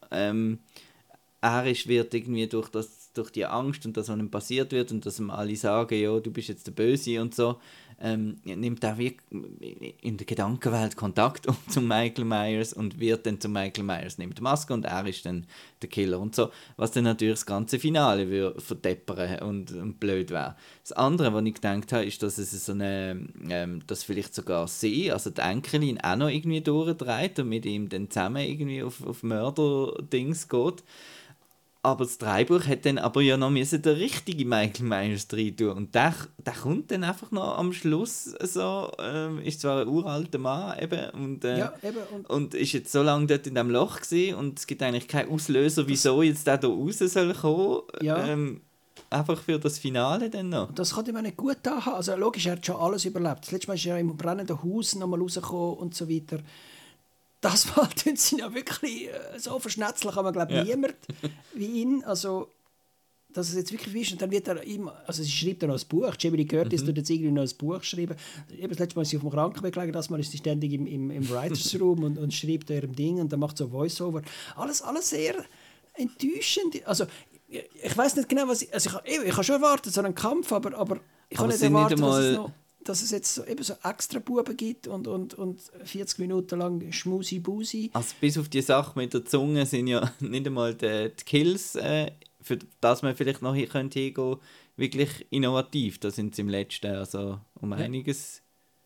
Wird irgendwie durch die Angst und das, was ihm passiert wird und dass ihm alle sagen, ja, du bist jetzt der Böse und so, nimmt er wirklich in der Gedankenwelt Kontakt zum Michael Myers und wird dann zum Michael Myers, nimmt die Maske und er ist dann der Killer und so, was dann natürlich das ganze Finale würde verdeppern und blöd wäre. Das andere, was ich gedacht habe, ist, dass es so eine, dass vielleicht sogar sie, also die Enkelin, auch noch irgendwie durchdreht und mit ihm dann zusammen irgendwie auf Mörder-Dings geht. Aber das Drehbuch hat dann aber ja noch den richtigen Michael Myers rein tun. Und der kommt dann einfach noch am Schluss so, ist zwar ein uralter Mann eben und ist jetzt so lange dort in diesem Loch gewesen und es gibt eigentlich keinen Auslöser, wieso jetzt der da raus soll kommen. Ja. Einfach für das Finale dann noch. Das kann ihm auch nicht gut haben. Also logisch, er hat schon alles überlebt. Das letzte Mal ist er im brennenden Haus nochmal rausgekommen und so weiter. Das Mal tun sie ja wirklich so verschnetzeln, kann man glaube ich niemand wie ihn. Also, dass es jetzt wirklich ist. Und dann wird er ihm, also sie schreibt dann noch ein Buch. Jamie Lee Curtis tut jetzt irgendwie noch ein Buch schreiben. Eben das letzte Mal ist sie auf dem Krankenbett gelegen, das Mal ist sie ständig im Writers Room und schreibt da ihrem Ding und dann macht so Voice-Over. Alles sehr enttäuschend. Also, ich weiß nicht genau, was ich habe schon erwartet, so einen Kampf, aber ich habe nicht erwartet, dass es jetzt so extra Buben gibt und 40 Minuten lang Schmusi-Busi. Also bis auf die Sache mit der Zunge sind ja nicht einmal die Kills, für das man vielleicht noch hier hingehen könnte, wirklich innovativ. Da sind sie im letzten also um einiges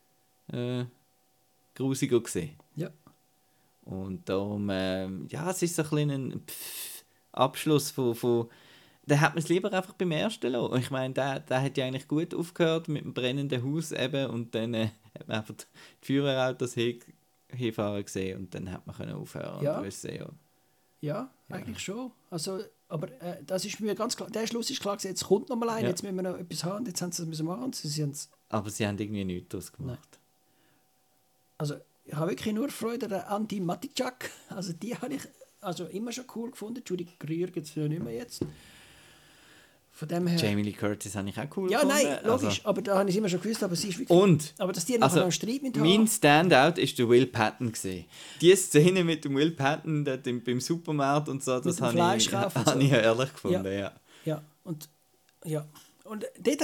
grusiger gesehen. Ja. Und darum, es ist so ein bisschen ein Abschluss von da hat man es lieber einfach beim ersten lassen. Ich meine, der hat ja eigentlich gut aufgehört mit dem brennenden Haus eben und dann hat man einfach die Führerautos hinfahren gesehen und dann hat man können aufhören und wissen, Ja, eigentlich schon. Also, aber das ist mir ganz klar, der Schluss ist klar, jetzt kommt noch mal ein, jetzt müssen wir noch etwas haben, jetzt haben sie das müssen machen. Aber sie haben irgendwie nichts daraus gemacht. Nein. Also, ich habe wirklich nur Freude an Andy Matichak. Also, die habe ich immer schon cool gefunden. Judy Greer gibt es ja nicht mehr jetzt. Von dem her... Jamie Lee Curtis habe ich auch cool gefunden. Ja, nein, logisch, also. aber da habe ich immer schon gewusst, aber sie ist wirklich... Und, aber dass die noch einen Streit mit haben... Mein Standout war der Will Patton gewesen. Die Szene mit dem Will Patton dort beim Supermarkt und so, das habe ich ehrlich gefunden, ja. Ja, und dort hat es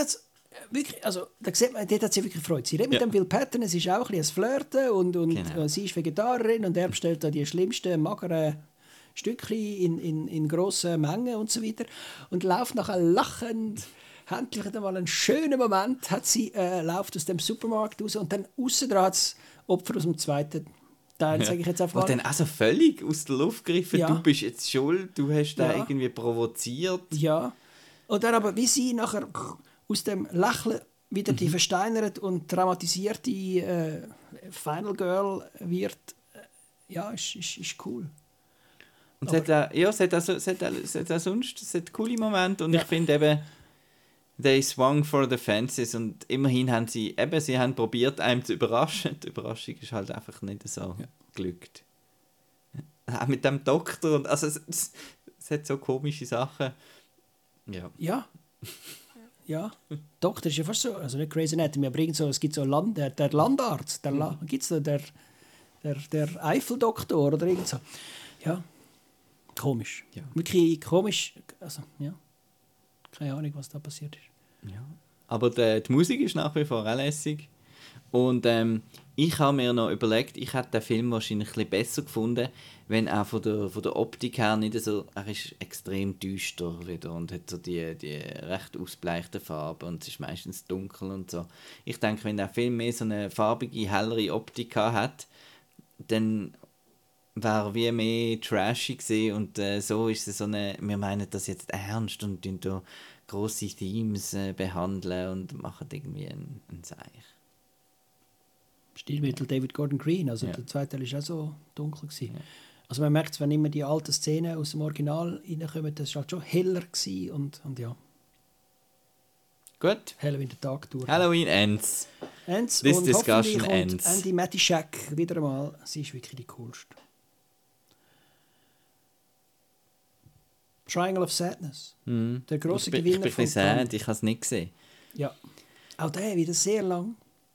wirklich, also, da sieht man, dort hat sie wirklich Freude. Sie redet mit dem Will Patton, es ist auch ein bisschen ein Flirten und Genau. sie ist Vegetarierin und er bestellt da die schlimmsten, mageren Stückchen in grossen Mengen und so weiter und läuft nachher lachend. Endlich einmal einen schönen Moment hat sie, läuft aus dem Supermarkt raus und dann aussen dran hat das Opfer aus dem zweiten Teil, sage ich jetzt einfach Und mal. dann also völlig aus der Luft gegriffen, Ja. du bist jetzt schuld, du hast da Ja. irgendwie provoziert. Ja. Und dann aber, wie sie nachher aus dem Lächeln wieder die versteinert und traumatisierte Final Girl wird, ja, ist cool. Und es hat sonst coole Momente und ich finde eben, they swung for the fences und immerhin haben sie haben probiert, einem zu überraschen. Die Überraschung ist halt einfach nicht so glückt. Auch mit dem Doktor und also es hat so komische Sachen. Ja. Ja. Ja. Doktor ist ja fast so, also nicht Grey's Anatomy, aber irgend so, es gibt so der Landarzt, gibt es da der Eifeldoktor oder irgend so. Ja. Komisch. Ja. Wirklich komisch. Also, ja. Keine Ahnung, was da passiert ist. Ja. Aber die Musik ist nach wie vor auch lässig. Und ich habe mir noch überlegt, ich hätte den Film wahrscheinlich ein bisschen besser gefunden, wenn auch von der Optik her nicht so, er ist extrem düster wieder und hat so die recht ausbleichten Farben und es ist meistens dunkel und so. Ich denke, wenn der Film mehr so eine farbige, hellere Optik hat, dann wäre wie mehr trashy gewesen und so ist es so eine, wir meinen das jetzt ernst und da grosse Themes behandeln und machen irgendwie einen Seich. Stilmittel David Gordon Green, also Ja. der zweite Teil war auch so dunkel. Ja. Also man merkt, wenn immer die alten Szenen aus dem Original reinkommen, das war halt schon heller gewesen und ja, Gut, heller wie der Tag durch. Halloween ends. Ends This und discussion hoffentlich kommt ends. Andy Matischak wieder einmal. Sie ist wirklich die coolste. Triangle of Sadness. Der grosse Ich bin Gewinner ein bisschen von Cannes. sad, ich habe es nicht gesehen. Ja. Auch der wieder sehr lang.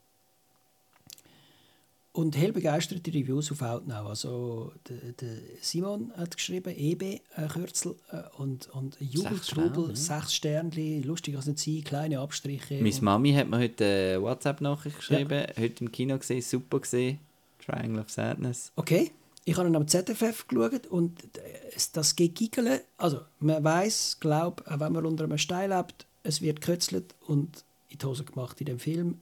Und hell begeisterte Reviews auf Outnow. Also der Simon hat geschrieben, EB Kürzel und Jubeltrubel, 6 Sternchen, lustig als nicht sein, kleine Abstriche. Meine und- Mami hat mir heute eine WhatsApp-Nachricht geschrieben, heute im Kino gesehen, super gesehen. Triangle of Sadness. Okay, ich habe ihn am ZFF geschaut und das Gegiggeln, also man weiss, glaube, auch wenn man unter einem Stein lebt, es wird gekützelt und in die Hose gemacht in dem Film.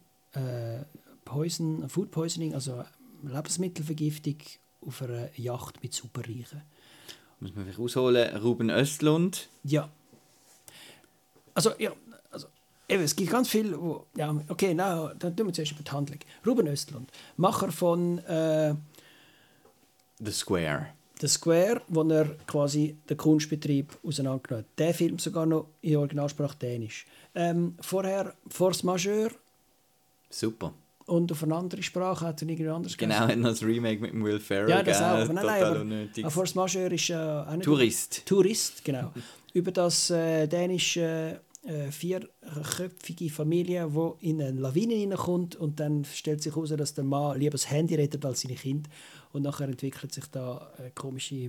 Food Poisoning, also Lebensmittelvergiftung auf einer Yacht mit Superreichen. Muss man vielleicht ausholen, Ruben Östlund. Ja. Also, ja, also eben, es gibt ganz viel, wo, ja, okay, dann tun wir zuerst über die Handlung. Ruben Östlund, Macher von The Square. The Square, wo er quasi den Kunstbetrieb auseinandergenommen hat. Der Film sogar noch in Originalsprache Dänisch. Vorher Force Majeure Super. und auf eine andere Sprache hat er irgendwas anderes Genau, hat noch das Remake mit dem Will Ferrell Ja, das auch. gegeben, Aber nein, total aber unnötig. Force Majeure ist auch nicht... Tourist. Tourist, genau. Über das dänische vierköpfige Familie, die in eine Lawine hineinkommt und dann stellt sich heraus, dass der Mann lieber das Handy rettet als seine Kinder. Und nachher entwickelt sich da eine komische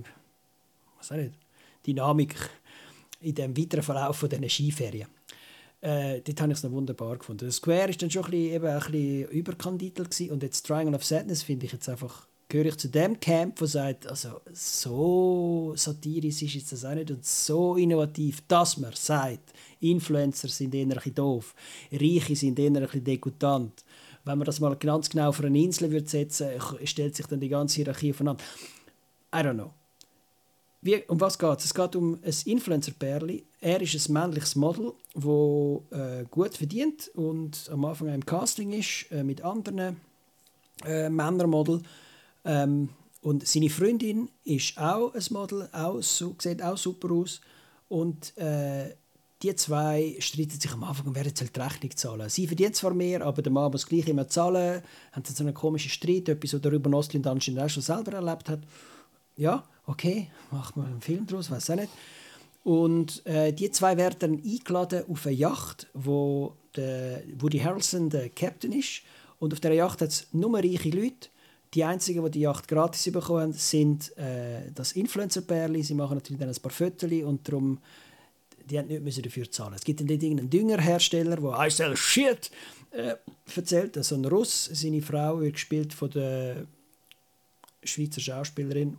Dynamik in dem weiteren Verlauf von diesen Skiferien. Dort habe ich es noch wunderbar gefunden. Das Square war dann schon ein bisschen überkandidelt gewesen. Und jetzt Triangle of Sadness finde ich jetzt einfach, gehöre ich zu dem Camp, der sagt, also so satirisch ist jetzt das auch nicht und so innovativ, dass man sagt, Influencer sind eher ein bisschen doof, Reiche sind eher ein bisschen degutant. Wenn man das mal ganz genau auf eine Insel würde setzen, stellt sich dann die ganze Hierarchie aufeinander. I don't know. Um was geht es? Es geht um ein Influencer-Pärli. Er ist ein männliches Model, das gut verdient und am Anfang auch im Casting ist mit anderen Männermodel. Und seine Freundin ist auch ein Model, sieht auch super aus. Und die zwei streiten sich am Anfang, wer jetzt die Rechnung zahlen. Sie verdient zwar mehr, aber der Mann muss gleich immer zahlen. Haben so einen komischen Streit, etwas, was darüber Ostlind anscheinend auch schon selber erlebt hat. Ja, okay, macht man einen Film daraus, weiß auch nicht. Und die zwei werden dann eingeladen auf eine Yacht, wo der Woody Harrelson der Captain ist. Und auf dieser Yacht hat es nur reiche Leute. Die einzigen, die die Yacht gratis bekommen haben, sind das Influencer-Pärli. Sie machen natürlich dann ein paar Fotos und darum die haben nicht dafür zahlen. Es gibt dann dort irgendeinen Düngerhersteller, der «I sell shit» erzählt. So ein Russ, seine Frau wird gespielt von der Schweizer Schauspielerin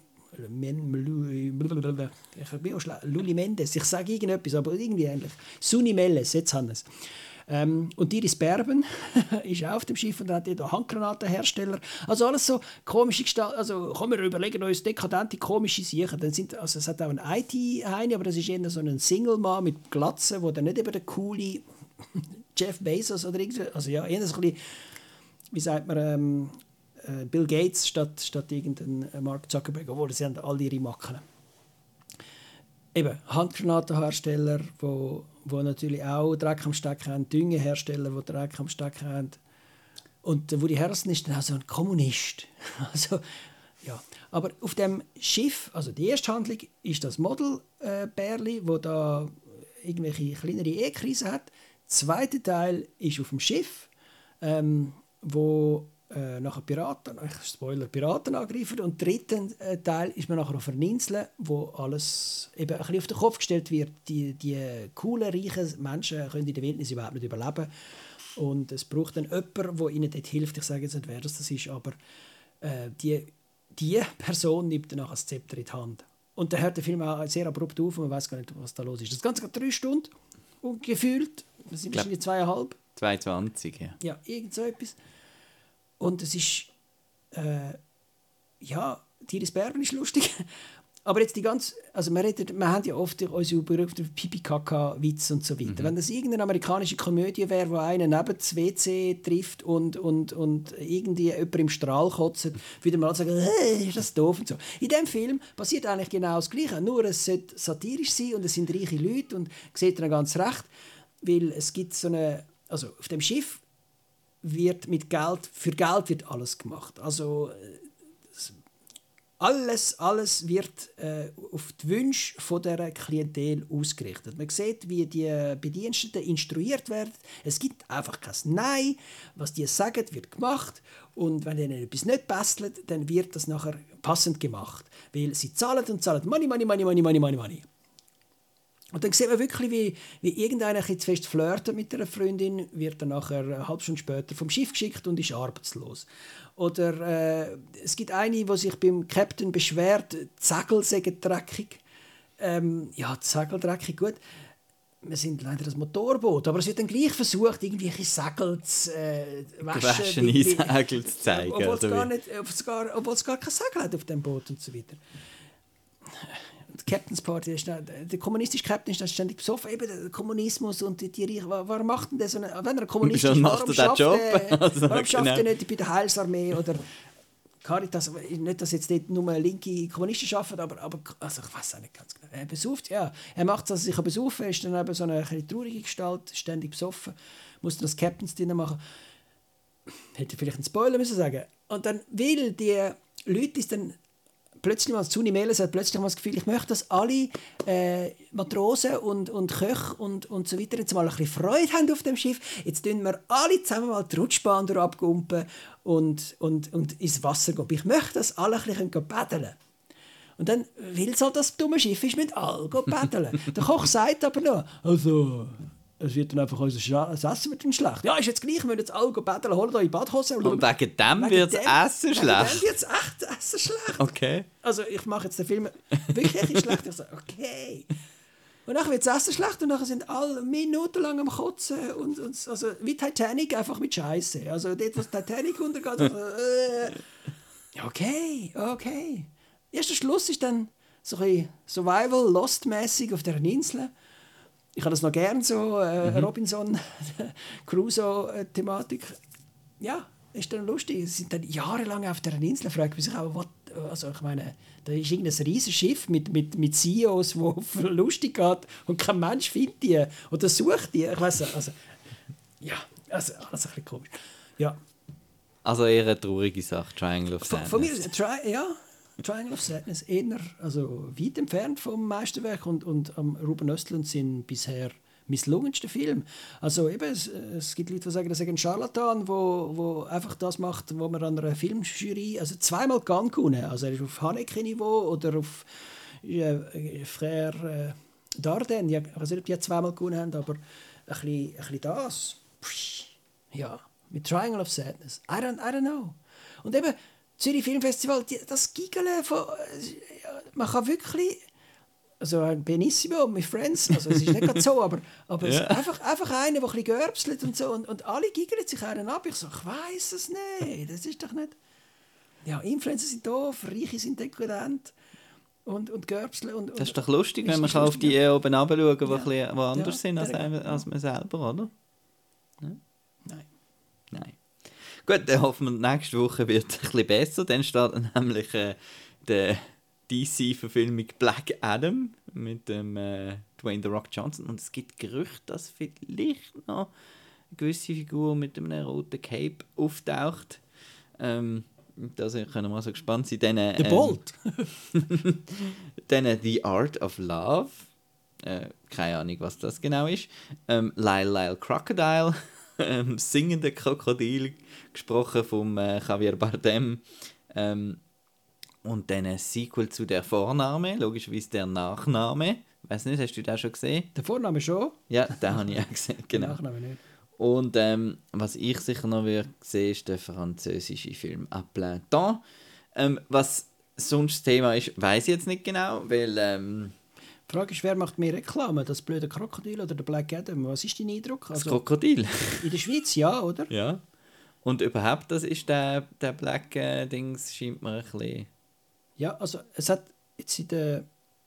Luli Mendes, ich sage irgendetwas, aber irgendwie ähnlich. Suni Melles, jetzt haben wir es. Und Iris Berben ist auch auf dem Schiff und hat dort Handgranatenhersteller. Also alles so komische Gestalt. Also komm, wir überlegen uns dekadente, komische Sachen. Also es hat auch einen IT-Heini, aber das ist eher so ein Single-Mann mit Glatzen, der dann nicht eben der coole Jeff Bezos oder irgendwie, also ja, eher so ein bisschen, wie sagt man, Bill Gates statt irgendein Mark Zuckerberg, obwohl sie haben alle ihre Macken. Eben, Handgranatenhersteller, wo natürlich auch Dreck am Stecken haben, Düngehersteller, die Dreck am Stecken haben. Und Woody Harrelson ist dann auch so ein Kommunist. Also, ja. Aber auf dem Schiff, also die erste Handlung, ist das Model-Bärli, das da irgendwelche kleinere Ehekrisen hat. Der zweite Teil ist auf dem Schiff, wo nachher Piraten angreifen. Und der dritte Teil ist man nachher auf einer Insel, wo alles eben ein bisschen auf den Kopf gestellt wird. Die coolen, reichen Menschen können in der Wildnis überhaupt nicht überleben. Und es braucht dann jemanden, der ihnen dort hilft. Ich sage jetzt nicht, wer das ist, aber die Person nimmt dann nachher das Zepter in die Hand. Und dann hört der Film auch sehr abrupt auf und man weiß gar nicht, was da los ist. Das Ganze geht 3 Stunden und gefühlt, das sind wahrscheinlich 2,5. 2,20, ja. Ja, irgend so etwas. Und es ist, ja, Iris Berben ist lustig. Aber jetzt die ganze, also wir haben ja oft unsere Berufe Pipi-Kaka-Witz und so weiter. Wenn das irgendeine amerikanische Komödie wäre, wo einer neben das WC trifft und irgendwie jemand im Strahl kotzt, würde man sagen, hey, ist das doof und so. In diesem Film passiert eigentlich genau das Gleiche, nur es sollte satirisch sein und es sind reiche Leute und sieht dann ganz recht, weil es gibt so eine, also auf dem Schiff wird für Geld wird alles gemacht. Also alles wird auf die Wünsche dieser Klientel ausgerichtet. Man sieht, wie die Bediensteten instruiert werden. Es gibt einfach kein Nein. Was die sagen, wird gemacht. Und wenn ihnen etwas nicht passt, dann wird das nachher passend gemacht. Weil sie zahlen und zahlen. Money, money, money, money, money, money, money. Und dann sieht man wirklich, wie irgendeiner zu fest flirtet mit einer Freundin, wird dann nachher eine halbe Stunde später vom Schiff geschickt und ist arbeitslos. Oder es gibt eine, die sich beim Captain beschwert, die Segel seien dreckig. Ja, die Segel dreckig, gut. Wir sind leider das Motorboot, aber es wird dann gleich versucht, irgendwelche Segel zu waschen. Segel zu zeigen. Obwohl es gar kein Segel hat auf dem Boot und so weiter. Captain's Party, der kommunistische Captain ist ständig besoffen, eben der Kommunismus und die Reichen. Warum macht denn das so eine, wenn er kommunist ist, warum schafft er nicht bei der Heilsarmee oder Caritas, nicht, dass jetzt dort nur linke Kommunisten arbeiten, aber also ich weiß auch nicht ganz genau. Er besauft, ja. Er macht es, dass er sich besaufen, ist dann eben so eine traurige Gestalt, ständig besoffen, muss dann das Captain's Dinner machen. Hätte vielleicht einen Spoiler müssen sagen. Und dann will die Leute ist dann plötzlich mal, Suni Melles hat plötzlich mal das Gefühl, ich möchte, dass alle Matrosen und Köche und so weiter jetzt mal ein bisschen Freude haben auf dem Schiff. Jetzt tun wir alle zusammen mal die Rutschbahn abgumpen und ins Wasser gehen. Ich möchte, dass alle ein bisschen paddeln können. Und dann, weil es halt das dumme Schiff ist, mit alle paddeln. Der Koch sagt aber noch, also, es wird dann einfach unser Essen wird dann schlecht. Ja, ist jetzt gleich, wir müssen jetzt alle paddeln, holen eure Badhose. Und wegen dem wird das Essen schlecht? Wegen dem wird das echt Essen schlecht. Okay. Also ich mache jetzt den Film wirklich schlecht. Ich sage, okay. Und dann wird das Essen schlecht und dann sind alle minutenlang am Kotzen. Und also wie Titanic, einfach mit Scheiße. Also dort, wo Titanic untergeht. Okay. Erster Schluss ist dann so ein Survival, Lost-mäßig auf der Insel. Ich habe das noch gern, so Robinson Crusoe-Thematik. Ja, ist dann lustig. Sie sind dann jahrelang auf der Insel, fragt man sich auch, also ich meine, da ist irgendein riesiges Schiff mit CEOs, wo lustig geht und kein Mensch findet die oder sucht die. Ich weiss, also ja, also alles ein bisschen komisch. Ja. Also eher eine traurige Sache, Triangle of Sadness. Von mir, Triangle of Sadness, eher, also weit entfernt vom Meisterwerk und Ruben Östlund sind bisher misslungensten Film. Also eben, es gibt Leute, die sagen, das ist ein Charlatan, wo einfach das macht, wo man an einer Filmjury, also zweimal Cannes gewonnen, also er ist auf Haneke-Niveau oder auf Frère Dardenne, ja, ich weiß nicht, ob die zweimal gewonnen haben, aber ein bisschen das. Ja, mit Triangle of Sadness. I don't know. Und eben, Zürich Filmfestival, das Giggeln von... Ja, man kann wirklich... Also ein Benissimo mit Friends, also es ist nicht gerade so, aber es ist einfach einer, der ein bisschen görbselt und so und alle giggeln sich einen ab. Ich so, ich weiss es nicht, das ist doch nicht... Ja, Influencer sind doof, Reiche sind dekadent und görbseln. Und das ist doch lustig, wenn man auf die oben runterschauen kann, die ein anders sind als man selber, oder? Ja? Nein. Gut, dann hoffen wir, nächste Woche wird es ein bisschen besser. Dann startet nämlich der DC-Verfilmung Black Adam mit dem Dwayne «The Rock» Johnson. Und es gibt Gerüchte, dass vielleicht noch eine gewisse Figur mit einem roten Cape auftaucht. Da können wir so gespannt sein. The Bolt! Dann «The Art of Love». Keine Ahnung, was das genau ist. Lyle Crocodile. Singende Krokodil, gesprochen vom Javier Bardem. Und dann ein Sequel zu «Der Vorname», logischerweise «Der Nachname». Weiß nicht, hast du das schon gesehen? Der Vorname schon? Ja, den habe ich auch gesehen, genau. Der Nachname nicht. Und was ich sicher noch sehen ist der französische Film «À plein temps». Was sonst das Thema ist, weiss ich jetzt nicht genau, weil... Die Frage ist, wer macht mehr Reklame? Das blöde Krokodil oder der Black Adam? Was ist dein Eindruck? Also, das Krokodil. In der Schweiz, ja, oder? Ja. Und überhaupt, das ist der Black Dings, scheint mir ein bisschen... Ja, also es hat jetzt in der...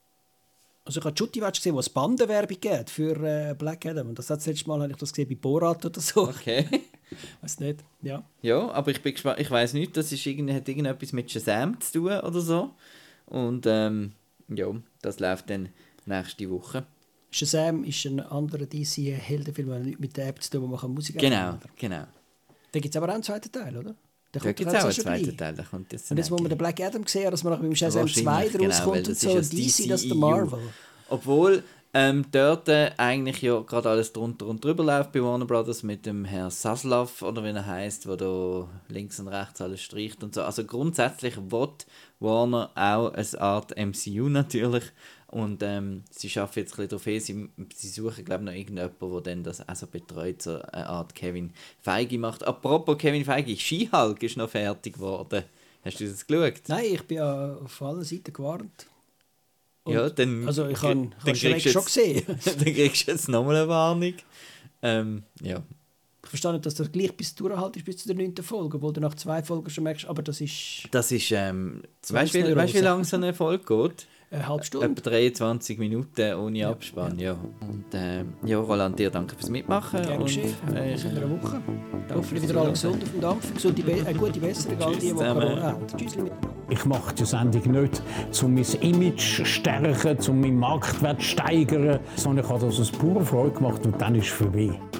Also ich habe Jutti-Watch gesehen, wo es Bandenwerbung gibt für Black Adam. Und das letzte Mal habe ich das gesehen bei Borat oder so. Okay. Weiß nicht, ja. Ja, aber ich bin gespannt. Ich weiss nicht, das ist hat irgendetwas mit Shazam zu tun oder so. Und ja, das läuft dann nächste Woche. Shazam ist ein anderer DC-Heldenfilm, der nicht mit der App zu tun, wo man Musik genau. Da gibt es aber auch einen zweiten Teil, oder? Da gibt es auch einen zweiten Teil. Da kommt und jetzt, wo wir den Black Adam gesehen haben, dass man nach dem Shazam 2 daraus kommt und so, DC, das ist der Marvel. Obwohl dort eigentlich ja gerade alles drunter und drüber läuft bei Warner Brothers mit dem Herrn Zaslav, oder wie er heisst, der da links und rechts alles streicht und so. Also grundsätzlich will Warner auch eine Art MCU natürlich. Und sie arbeiten jetzt ein bisschen darauf hin, sie suchen, glaube ich, noch irgendjemanden, der dann das also betreut, so eine Art Kevin Feige macht. Apropos Kevin Feige, She-Hulk ist noch fertig geworden. Hast du das geschaut? Nein, ich bin ja auf allen Seiten gewarnt. Und ja, dann... Also ich habe schon gesehen. Dann kriegst du jetzt nochmal eine Warnung. Ja. Ich verstehe nicht, dass du gleich bis durchhaltest bis zur 9. Folge, obwohl du nach 2 Folgen schon merkst, aber das ist... weißt du, wie lange so eine Folge geht? Eine halbe Stunde. Etwa 23 Minuten ohne Abspann, ja. Und ja, Roland, dir danke fürs Mitmachen. Gerne geschehen. Bis in einer Woche. Hoffentlich wieder alle gesund auf dem Dampf. Eine gute Besserung an die Corona haben. Tschüss miteinander. Ich mache die Sendung nicht, um mein Image zu stärken, um meinen Marktwert zu steigern, sondern ich habe das aus purer Freude gemacht und dann ist es vorbei.